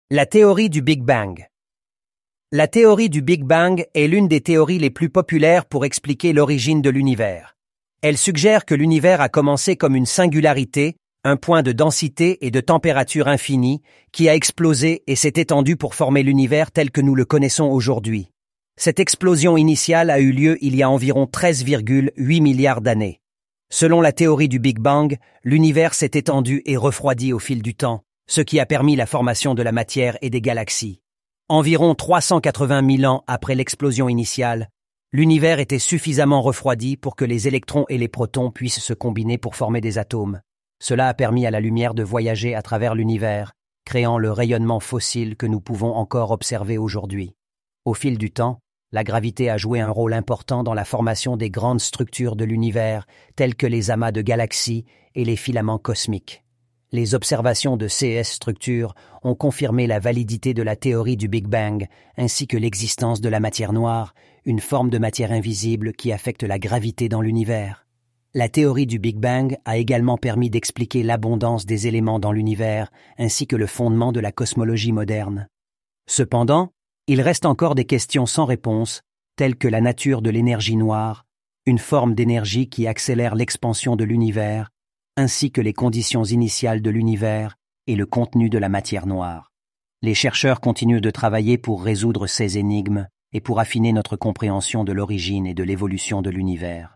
La théorie du Big Bang. La théorie du Big Bang est l'une des théories les plus populaires pour expliquer l'origine de l'univers. Elle suggère que l'univers a commencé comme une singularité, un point de densité et de température infinie, qui a explosé et s'est étendu pour former l'univers tel que nous le connaissons aujourd'hui. Cette explosion initiale a eu lieu il y a environ 13,8 milliards d'années. Selon la théorie du Big Bang, l'univers s'est étendu et refroidi au fil du temps, ce qui a permis la formation de la matière et des galaxies. Environ 380 000 ans après l'explosion initiale, l'univers était suffisamment refroidi pour que les électrons et les protons puissent se combiner pour former des atomes. Cela a permis à la lumière de voyager à travers l'univers, créant le rayonnement fossile que nous pouvons encore observer aujourd'hui. Au fil du temps, la gravité a joué un rôle important dans la formation des grandes structures de l'univers, telles que les amas de galaxies et les filaments cosmiques. Les observations de ces structures ont confirmé la validité de la théorie du Big Bang, ainsi que l'existence de la matière noire, une forme de matière invisible qui affecte la gravité dans l'univers. La théorie du Big Bang a également permis d'expliquer l'abondance des éléments dans l'univers, ainsi que le fondement de la cosmologie moderne. Cependant, il reste encore des questions sans réponse, telles que la nature de l'énergie noire, une forme d'énergie qui accélère l'expansion de l'univers, ainsi que les conditions initiales de l'univers et le contenu de la matière noire. Les chercheurs continuent de travailler pour résoudre ces énigmes et pour affiner notre compréhension de l'origine et de l'évolution de l'univers.